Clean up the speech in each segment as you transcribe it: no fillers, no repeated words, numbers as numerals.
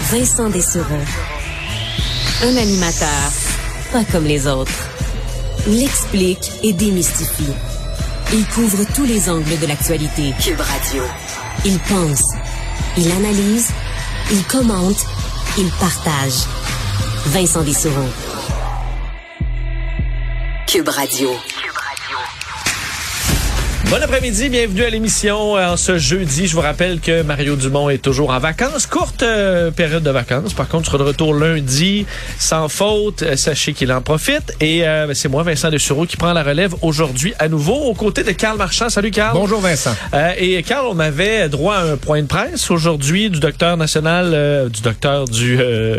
Vincent Dessureau. Un animateur pas comme les autres. Il explique et démystifie. Il couvre tous les angles de l'actualité. Cube Radio. Il pense, il analyse, il commente, il partage. Vincent Dessureau. Cube Radio. Bon après-midi, bienvenue à l'émission en ce jeudi. Je vous rappelle que Mario Dumont est toujours en vacances, courte période de vacances. Par contre, il sera de retour lundi, sans faute. Sachez qu'il en profite. Et c'est moi, Vincent Dessureau, qui prend la relève aujourd'hui à nouveau, aux côtés de Carl Marchand. Salut Carl. Bonjour Vincent. Et Carl, on avait droit à un point de presse aujourd'hui du directeur national, directeur du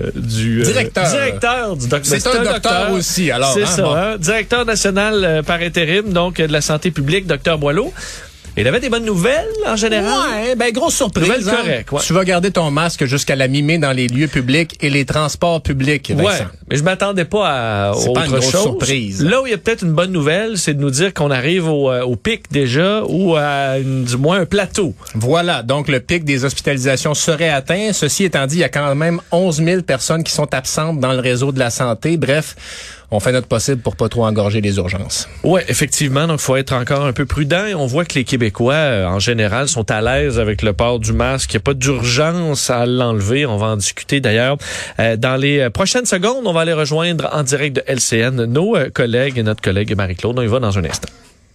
C'est un docteur aussi, alors. C'est ça, bon. Directeur national par intérim, donc de la santé publique, Dr Boileau. Il avait des bonnes nouvelles, en général. Ouais, ben grosse surprise. Nouvelle correcte, ouais. Tu vas garder ton masque jusqu'à la mi-mai dans les lieux publics et les transports publics, Vincent. Ouais, mais je m'attendais pas à C'est autre pas une grosse chose. surprise. Là où il y a peut-être une bonne nouvelle, c'est de nous dire qu'on arrive au pic déjà, ou à du moins un plateau. Voilà, donc le pic des hospitalisations serait atteint. Ceci étant dit, il y a quand même 11 000 personnes qui sont absentes dans le réseau de la santé. Bref, on fait notre possible pour pas trop engorger les urgences. Ouais, effectivement, donc il faut être encore un peu prudent. Et on voit que les Québécois, en général, sont à l'aise avec le port du masque. Il n'y a pas d'urgence à l'enlever. On va en discuter d'ailleurs. Dans les prochaines secondes, on va aller rejoindre en direct de LCN nos collègues et notre collègue Marie-Claude. On y va dans un instant.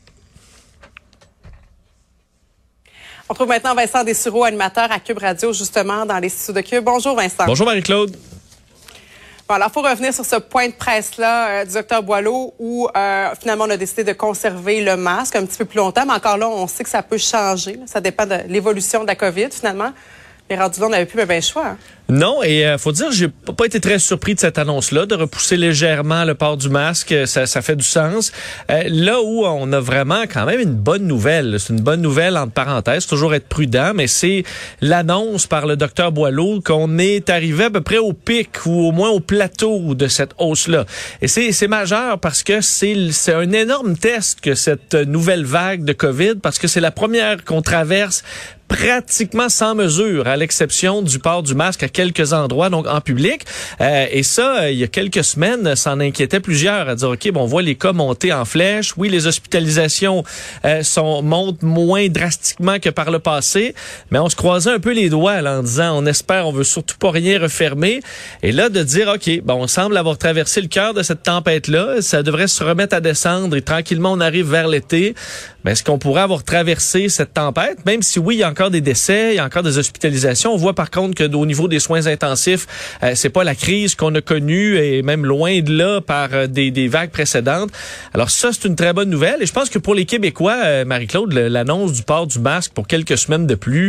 On trouve maintenant Vincent Dessureau, animateur à Cube Radio, justement, dans les studios de Cube. Bonjour Vincent. Bonjour Marie-Claude. Bon, alors, il faut revenir sur ce point de presse-là du Dr Boileau où, finalement, on a décidé de conserver le masque un petit peu plus longtemps. Mais encore là, on sait que ça peut changer. Là. Ça dépend de l'évolution de la COVID, finalement. Mais rendu là, on n'avait plus le choix. Hein. Non, et faut dire, j'ai pas été très surpris de cette annonce-là, de repousser légèrement le port du masque, ça fait du sens. Là où on a vraiment quand même une bonne nouvelle, c'est une bonne nouvelle entre parenthèses, toujours être prudent, mais c'est l'annonce par le docteur Boileau qu'on est arrivé à peu près au pic ou au moins au plateau de cette hausse-là. Et c'est majeur parce que c'est un énorme test que cette nouvelle vague de COVID, parce que c'est la première qu'on traverse pratiquement sans mesure, à l'exception du port du masque à quelques endroits, donc en public. Et ça, il y a quelques semaines, s'en inquiétait plusieurs, à dire, OK, bon, on voit les cas monter en flèche. Oui, les hospitalisations montent moins drastiquement que par le passé, mais on se croisait un peu les doigts là, en disant, on espère, on veut surtout pas rien refermer. Et là, de dire, OK, bon, on semble avoir traversé le cœur de cette tempête-là, ça devrait se remettre à descendre et tranquillement, on arrive vers l'été. Mais est-ce qu'on pourrait avoir traversé cette tempête? Même si oui, il y a encore des décès, il y a encore des hospitalisations. On voit par contre que au niveau des soins intensifs, c'est pas la crise qu'on a connue et même loin de là par des vagues précédentes. Alors ça, c'est une très bonne nouvelle. Et je pense que pour les Québécois, Marie-Claude, l'annonce du port du masque pour quelques semaines de plus,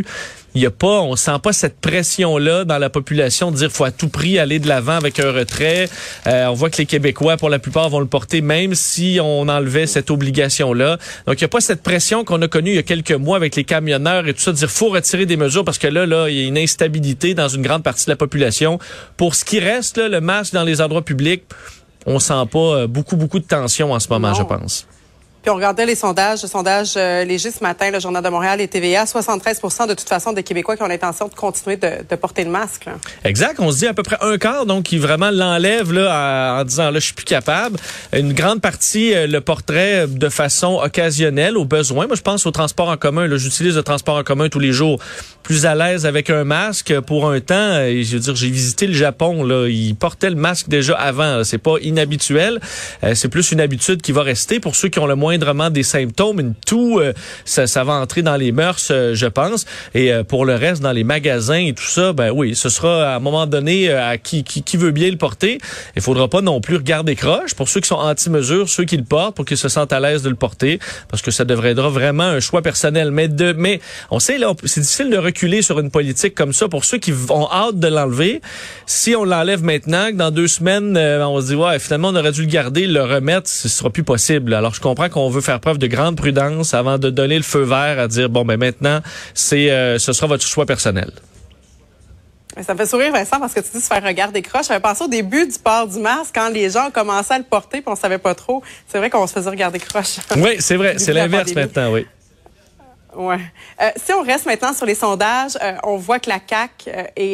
on sent pas cette pression-là dans la population de dire faut à tout prix aller de l'avant avec un retrait. On voit que les Québécois, pour la plupart, vont le porter même si on enlevait cette obligation-là. Donc, il n'y a pas cette pression qu'on a connue il y a quelques mois avec les camionneurs et tout ça, de dire faut retirer des mesures parce que là, il y a une instabilité dans une grande partie de la population. Pour ce qui reste, là, le masque dans les endroits publics, on sent pas beaucoup de tension en ce moment, je pense. Puis on regardait les sondages, le sondage léger ce matin, le Journal de Montréal et TVA, 73% de toute façon des Québécois qui ont l'intention de continuer de porter le masque. Là. Exact, on se dit à peu près un quart, donc qui vraiment l'enlève là en disant là je suis plus capable. Une grande partie le porterait de façon occasionnelle, au besoin. Moi je pense au transport en commun. Là, j'utilise le transport en commun tous les jours. Plus à l'aise avec un masque pour un temps. Et je veux dire, j'ai visité le Japon. Là, ils portaient le masque déjà avant. Là. C'est pas inhabituel. C'est plus une habitude qui va rester pour ceux qui ont le moindrement des symptômes. Une toux, ça va entrer dans les mœurs, je pense. Et pour le reste, dans les magasins et tout ça, ben oui, ce sera à un moment donné à qui veut bien le porter. Il faudra pas non plus regarder croche pour ceux qui sont anti-mesures, ceux qui le portent, pour qu'ils se sentent à l'aise de le porter, parce que ça devrait être vraiment un choix personnel. Mais on sait là, c'est difficile de reculer sur une politique comme ça pour ceux qui ont hâte de l'enlever. Si on l'enlève maintenant, que dans 2 semaines, on se dit ouais, finalement on aurait dû le garder, le remettre, ce sera plus possible. Alors je comprends qu'on veut faire preuve de grande prudence avant de donner le feu vert à dire bon ben maintenant ce sera votre choix personnel. Ça me fait sourire, Vincent, parce que tu dis se faire regarder croche. J'avais pensé au début du port du masque, quand les gens ont commencé à le porter puis on savait pas trop. C'est vrai qu'on se faisait regarder croche. Oui, c'est vrai. C'est l'inverse maintenant, oui. Ouais. Si on reste maintenant sur les sondages, on voit que la CAQ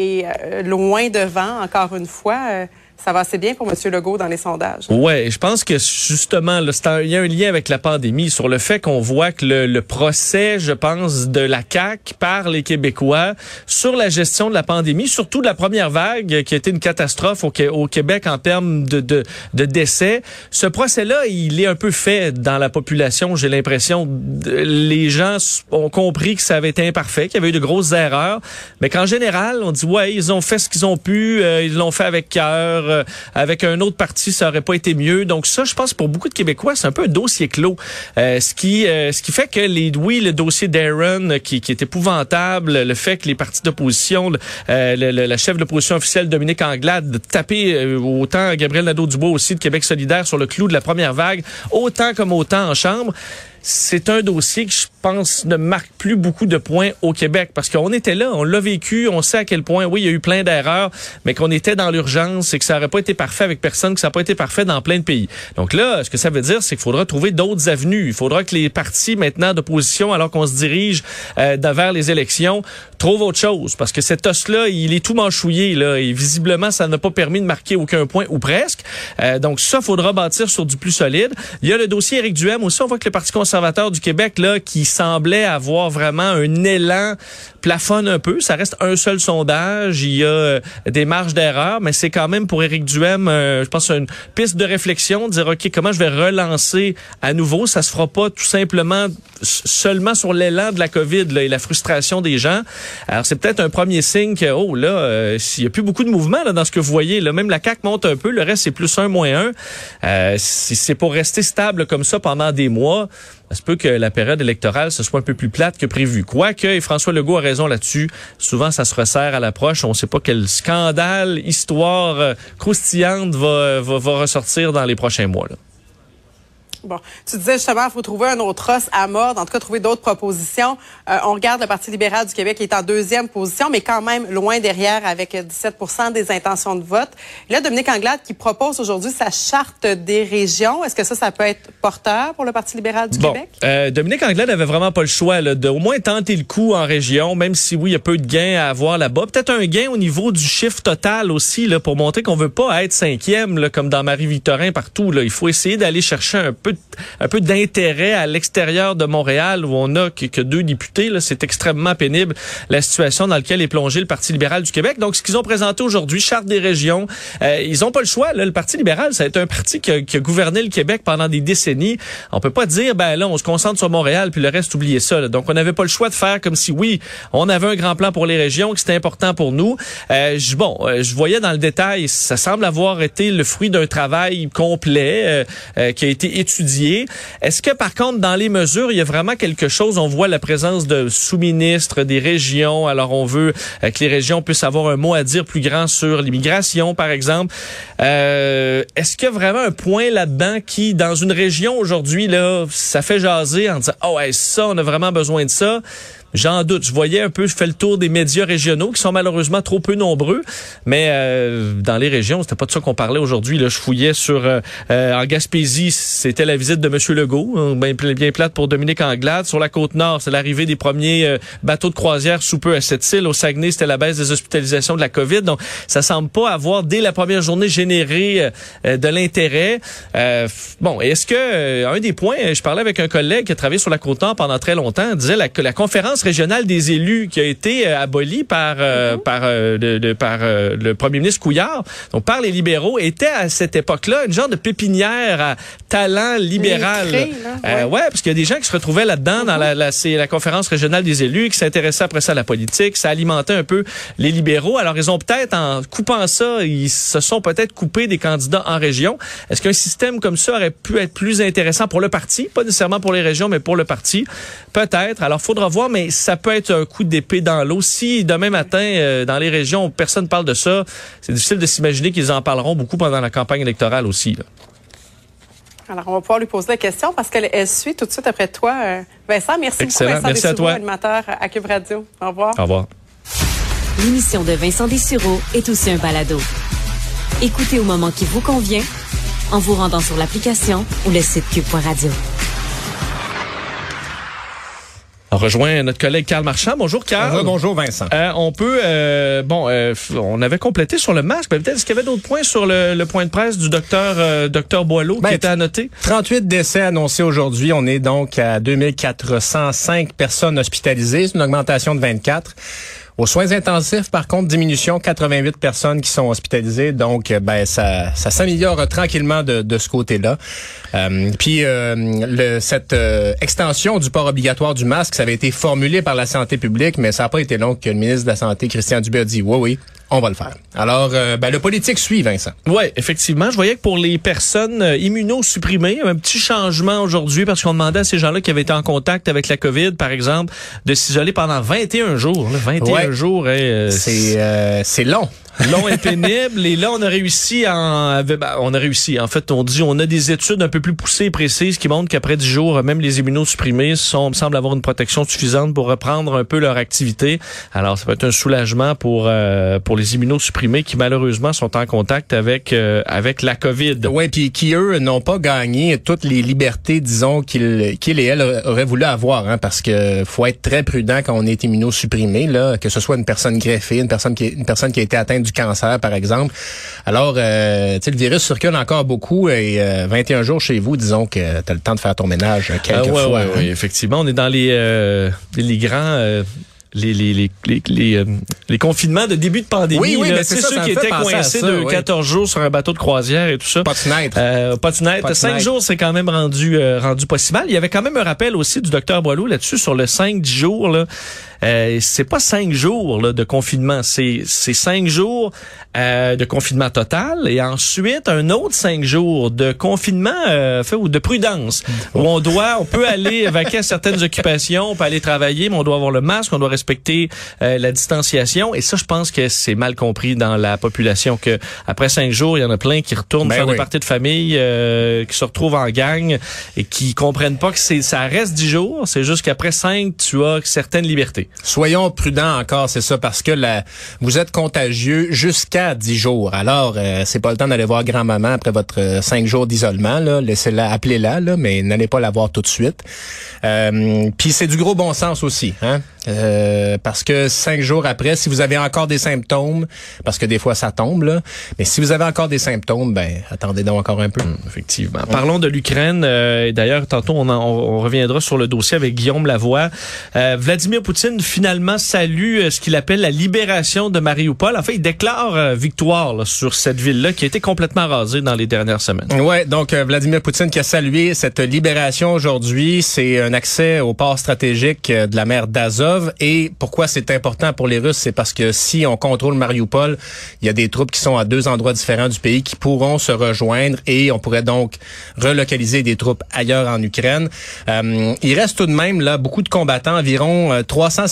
est loin devant, encore une fois. Ça va assez bien pour M. Legault dans les sondages. Ouais, je pense que justement, là, il y a un lien avec la pandémie sur le fait qu'on voit que le procès, je pense, de la CAQ par les Québécois sur la gestion de la pandémie, surtout de la première vague qui a été une catastrophe au Québec en termes de décès. Ce procès-là, il est un peu fait dans la population, j'ai l'impression. Les gens ont compris que ça avait été imparfait, qu'il y avait eu de grosses erreurs, mais qu'en général, on dit, ouais, ils ont fait ce qu'ils ont pu, ils l'ont fait avec cœur. Avec un autre parti, ça aurait pas été mieux. Donc ça, je pense pour beaucoup de Québécois, c'est un peu un dossier clos. Ce qui fait que le dossier d'Aaron qui est épouvantable, le fait que les partis d'opposition, la chef de l'opposition officielle Dominique Anglade taper autant Gabriel Nadeau-Dubois aussi de Québec solidaire sur le clou de la première vague, autant en Chambre. C'est un dossier que je pense ne marque plus beaucoup de points au Québec parce qu'on était là, on l'a vécu, on sait à quel point, oui, il y a eu plein d'erreurs, mais qu'on était dans l'urgence et que ça n'aurait pas été parfait avec personne, que ça n'a pas été parfait dans plein de pays. Donc là, ce que ça veut dire, c'est qu'il faudra trouver d'autres avenues. Il faudra que les partis maintenant d'opposition, alors qu'on se dirige vers les élections, trouvent autre chose parce que cet os-là, il est tout manchouillé là et visiblement, ça n'a pas permis de marquer aucun point ou presque. Donc ça, faudra bâtir sur du plus solide. Il y a le dossier Éric Duhaime aussi, on voit que le Parti conservateur du Québec là qui semblait avoir vraiment un élan plafonne un peu, ça reste un seul sondage, il y a des marges d'erreur, mais c'est quand même pour Éric Duhaime je pense une piste de réflexion, de dire OK, comment je vais relancer à nouveau, ça se fera pas tout simplement seulement sur l'élan de la Covid là, et la frustration des gens. Alors c'est peut-être un premier signe que il y a plus beaucoup de mouvement là dans ce que vous voyez là, même la CAQ monte un peu, le reste c'est plus 1 moins 1. Si c'est pour rester stable comme ça pendant des mois, ça se peut que la période électorale ce soit un peu plus plate que prévu. Quoique, et François Legault a raison là-dessus, souvent ça se resserre à l'approche. On ne sait pas quel scandale, histoire croustillante va ressortir dans les prochains mois. Là. Bon, tu disais justement, il faut trouver un autre os à mordre, en tout cas trouver d'autres propositions. On regarde le Parti libéral du Québec qui est en 2e position, mais quand même loin derrière avec 17% des intentions de vote. Et là, Dominique Anglade qui propose aujourd'hui sa charte des régions. Est-ce que ça peut être porteur pour le Parti libéral du Québec? Dominique Anglade avait vraiment pas le choix là, de au moins tenter le coup en région, même si oui, il y a peu de gains à avoir là-bas. Peut-être un gain au niveau du chiffre total aussi là, pour montrer qu'on veut pas être 5e là, comme dans Marie-Victorin partout. Là. Il faut essayer d'aller chercher un peu d'intérêt à l'extérieur de Montréal où on a que 2 députés. Là, c'est extrêmement pénible la situation dans laquelle est plongé le Parti libéral du Québec. Donc, ce qu'ils ont présenté aujourd'hui, charte des régions, ils ont pas le choix. Là, le Parti libéral, ça a été un parti qui a gouverné le Québec pendant des décennies. On peut pas dire, là, on se concentre sur Montréal puis le reste, oubliez ça. Là. Donc, on n'avait pas le choix de faire comme si, oui, on avait un grand plan pour les régions, que c'était important pour nous. Je voyais dans le détail, ça semble avoir été le fruit d'un travail complet qui a été étudié. Est-ce que, par contre, dans les mesures, il y a vraiment quelque chose? On voit la présence de sous-ministres des régions. Alors, on veut que les régions puissent avoir un mot à dire plus grand sur l'immigration, par exemple. Est-ce qu'il y a vraiment un point là-dedans qui, dans une région aujourd'hui, là, ça fait jaser en disant, ça, on a vraiment besoin de ça? J'en doute. Je fais le tour des médias régionaux qui sont malheureusement trop peu nombreux, mais dans les régions, c'était pas de ça qu'on parlait aujourd'hui. Là, je fouillais sur en Gaspésie, c'était la visite de M. Legault, bien plate pour Dominique Anglade. Sur la Côte-Nord, c'est l'arrivée des premiers bateaux de croisière sous peu à Sept-Îles. Au Saguenay, c'était la baisse des hospitalisations de la COVID. Donc, ça semble pas avoir, dès la première journée, généré de l'intérêt. Est-ce que un des points, je parlais avec un collègue qui a travaillé sur la Côte-Nord pendant très longtemps, disait que la conférence régionale des élus qui a été abolie par le premier ministre Couillard, donc par les libéraux, était à cette époque-là une genre de pépinière à talent libéral. Parce qu'il y a des gens qui se retrouvaient là-dedans dans la conférence régionale des élus, qui s'intéressaient après ça à la politique, ça alimentait un peu les libéraux. Alors ils ont peut-être, en coupant ça, ils se sont peut-être coupés des candidats en région. Est-ce qu'un système comme ça aurait pu être plus intéressant pour le parti, pas nécessairement pour les régions, mais pour le parti? Peut-être. Alors faudra voir, mais ça peut être un coup d'épée dans l'eau. Si demain matin, dans les régions, personne ne parle de ça, c'est difficile de s'imaginer qu'ils en parleront beaucoup pendant la campagne électorale aussi. Là. Alors, on va pouvoir lui poser la question parce qu'elle suit tout de suite après toi. Vincent, merci Excellent. beaucoup. Vincent merci à toi. Animateur à Cube Radio. Au revoir. Au revoir. L'émission de Vincent Dessureau est aussi un balado. Écoutez au moment qui vous convient en vous rendant sur l'application ou le site cube.radio. On rejoint notre collègue Carl Marchand. Bonjour Carl. Bonjour Vincent. On avait complété sur le masque, mais peut-être est-ce qu'il y avait d'autres points sur le point de presse du docteur Boileau qui était à noter? 38 décès annoncés aujourd'hui. On est donc à 2405 personnes hospitalisées. C'est une augmentation de 24. Aux soins intensifs, par contre, diminution, 88 personnes qui sont hospitalisées. Donc, ça s'améliore tranquillement de ce côté-là. Cette extension du port obligatoire du masque, ça avait été formulé par la santé publique, mais ça n'a pas été long que le ministre de la Santé, Christian Dubé, a dit oui, on va le faire. Alors, le politique suit, Vincent. Oui, effectivement. Je voyais que pour les personnes immunosupprimées, il y avait un petit changement aujourd'hui parce qu'on demandait à ces gens-là qui avaient été en contact avec la COVID, par exemple, de s'isoler pendant 21 jours. Là, 21 jours. C'est long. Long et pénible. Et là, on a réussi. En fait, on a des études un peu plus poussées et précises qui montrent qu'après 10 jours, même les immunosupprimés semblent avoir une protection suffisante pour reprendre un peu leur activité. Alors, ça peut être un soulagement pour les immunosupprimés qui, malheureusement, sont en contact avec la COVID. Oui, puis qui, eux, n'ont pas gagné toutes les libertés, disons, qu'ils et elles auraient voulu avoir, hein, parce que faut être très prudent quand on est immunosupprimé, là, que ce soit une personne greffée, une personne qui a été atteinte du cancer, par exemple. Alors, le virus circule encore beaucoup et 21 jours chez vous, disons que tu as le temps de faire ton ménage quelques fois. Oui, effectivement. On est dans les grands... Les confinements de début de pandémie. Oui, là, c'est ceux qui étaient coincés de 14 jours sur un bateau de croisière et tout ça. Pas de fenêtre. 5 jours, c'est quand même rendu pas si mal. Il y avait quand même un rappel aussi du docteur Boileau là-dessus sur le 5-10 jours. Là. C'est pas 5 jours là, de confinement, c'est 5 jours de confinement total et ensuite un autre 5 jours de confinement ou de prudence où on peut aller vaquer à certaines occupations, on peut aller travailler, mais on doit avoir le masque, on doit respecter la distanciation et ça, je pense que c'est mal compris dans la population que après 5 jours, il y en a plein qui retournent faire des parties de famille, qui se retrouvent en gang et qui comprennent pas que ça reste 10 jours, c'est juste qu'après 5, tu as certaines libertés. Soyons prudents encore, c'est ça, parce que vous êtes contagieux jusqu'à 10 jours. Alors, c'est pas le temps d'aller voir grand-maman après votre 5 jours d'isolement, là. Laissez-la, appelez-la, là, mais n'allez pas la voir tout de suite. Puis c'est du gros bon sens aussi, hein. Parce que 5 jours après, si vous avez encore des symptômes, parce que des fois ça tombe, là, mais si vous avez encore des symptômes, attendez donc encore un peu. Effectivement. Parlons de l'Ukraine. Et d'ailleurs, tantôt, on reviendra sur le dossier avec Guillaume Lavoie. Vladimir Poutine finalement salue ce qu'il appelle la libération de Mariupol. En fait, il déclare victoire là, sur cette ville-là qui a été complètement rasée dans les dernières semaines. Ouais, donc Vladimir Poutine qui a salué cette libération aujourd'hui, c'est un accès au port stratégique de la mer d'Azov. Et pourquoi c'est important pour les Russes, c'est parce que si on contrôle Mariupol, il y a des troupes qui sont à 2 endroits différents du pays qui pourront se rejoindre et on pourrait donc relocaliser des troupes ailleurs en Ukraine. Il reste tout de même là beaucoup de combattants, environ 300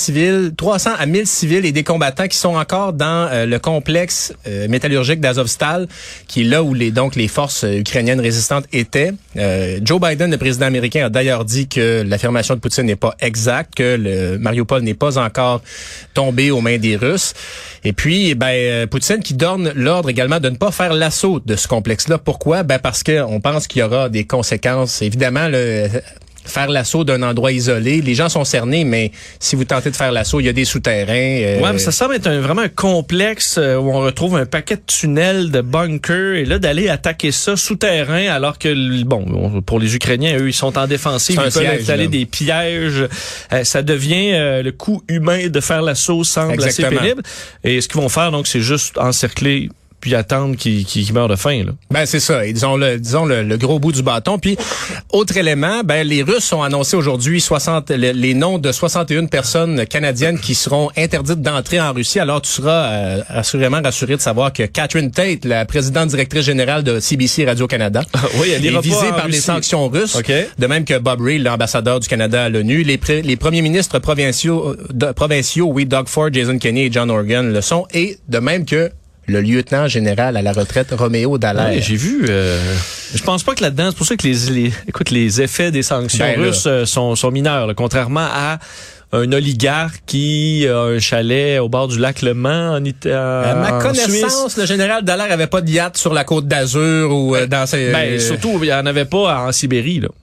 à 1000 civils et des combattants qui sont encore dans le complexe métallurgique d'Azovstal, qui est là où les forces ukrainiennes résistantes étaient. Joe Biden, le président américain, a d'ailleurs dit que l'affirmation de Poutine n'est pas exacte, que le Mariupol n'est pas encore tombé aux mains des Russes. Et puis, Poutine qui donne l'ordre également de ne pas faire l'assaut de ce complexe-là. Pourquoi? Parce que on pense qu'il y aura des conséquences. Évidemment, faire l'assaut d'un endroit isolé, les gens sont cernés, mais si vous tentez de faire l'assaut, il y a des souterrains. Ouais, mais ça semble être vraiment un complexe où on retrouve un paquet de tunnels, de bunkers, et là d'aller attaquer ça souterrain, alors que pour les Ukrainiens, eux, ils sont en défensive, ils peuvent installer des pièges. Ça devient le coût humain de faire l'assaut semble assez pénible. Et ce qu'ils vont faire, donc, c'est juste encercler puis attendre qu'il meure de faim, là. C'est ça. Et disons le gros bout du bâton. Puis, autre élément, les Russes ont annoncé aujourd'hui les noms de 61 personnes canadiennes qui seront interdites d'entrer en Russie. Alors, tu seras assurément rassuré de savoir que Catherine Tate, la présidente directrice générale de CBC Radio-Canada, elle est visée par les sanctions russes. Okay. De même que Bob Rae, l'ambassadeur du Canada à l'ONU. Les premiers ministres provinciaux, Doug Ford, Jason Kenney et John Horgan le sont. Et de même que le lieutenant général à la retraite, Roméo Dallaire. Oui, j'ai vu. Je pense pas que là-dedans, c'est pour ça que les effets des sanctions russes sont mineurs, là, contrairement à un oligarque qui a un chalet au bord du lac Le Mans en ma connaissance, Suisse. Le général Dallaire avait pas de yacht sur la Côte d'Azur ou dans ses... surtout, il n'y en avait pas en Sibérie, là.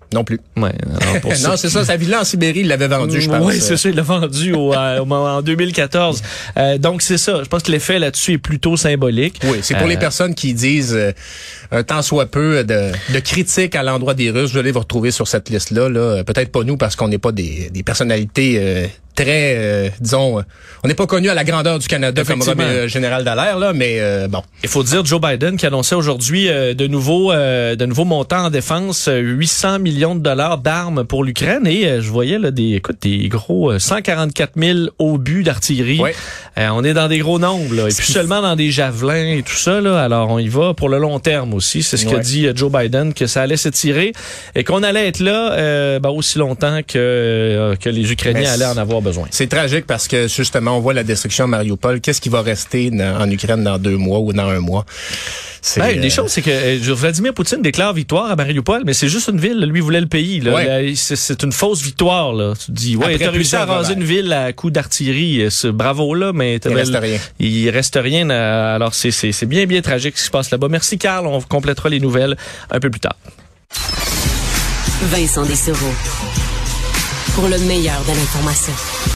Non plus. Ouais, alors pour non, c'est ça, sa villa en Sibérie, il l'avait vendue, je pense. Oui, c'est ça, il l'a vendu en 2014. Donc, c'est ça. Je pense que l'effet là-dessus est plutôt symbolique. Oui, c'est pour les personnes qui disent un tant soit peu de critiques à l'endroit des Russes. Vous allez vous retrouver sur cette liste-là. Là. Peut-être pas nous, parce qu'on n'est pas des personnalités très, disons, on n'est pas connu à la grandeur du Canada comme général Dallaire, là, mais bon. Il faut dire Joe Biden qui annonçait aujourd'hui de nouveaux montants en défense, 800 millions de dollars d'armes pour l'Ukraine, et je voyais là des gros 144 000 obus d'artillerie. Ouais. On est dans des gros nombres, là, et puis seulement dans des javelins et tout ça, là. Alors on y va pour le long terme aussi. C'est ce qu'a dit Joe Biden, que ça allait s'étirer et qu'on allait être là aussi longtemps que les Ukrainiens allaient en avoir besoin. C'est tragique parce que justement on voit la destruction de Mariupol. Qu'est-ce qui va rester en Ukraine dans 2 mois ou dans 1 mois? Des choses, c'est que Vladimir Poutine déclare victoire à Mariupol, mais c'est juste une ville. Lui voulait le pays. Là. Ouais. C'est une fausse victoire. Là. Tu te dis, ouais, t'as réussi à raser une ville à coups d'artillerie. Bravo là, mais il reste rien. Alors c'est bien tragique ce qui se passe là-bas. Merci Carl, on complétera les nouvelles un peu plus tard. Vincent Dessereau pour le meilleur de l'information.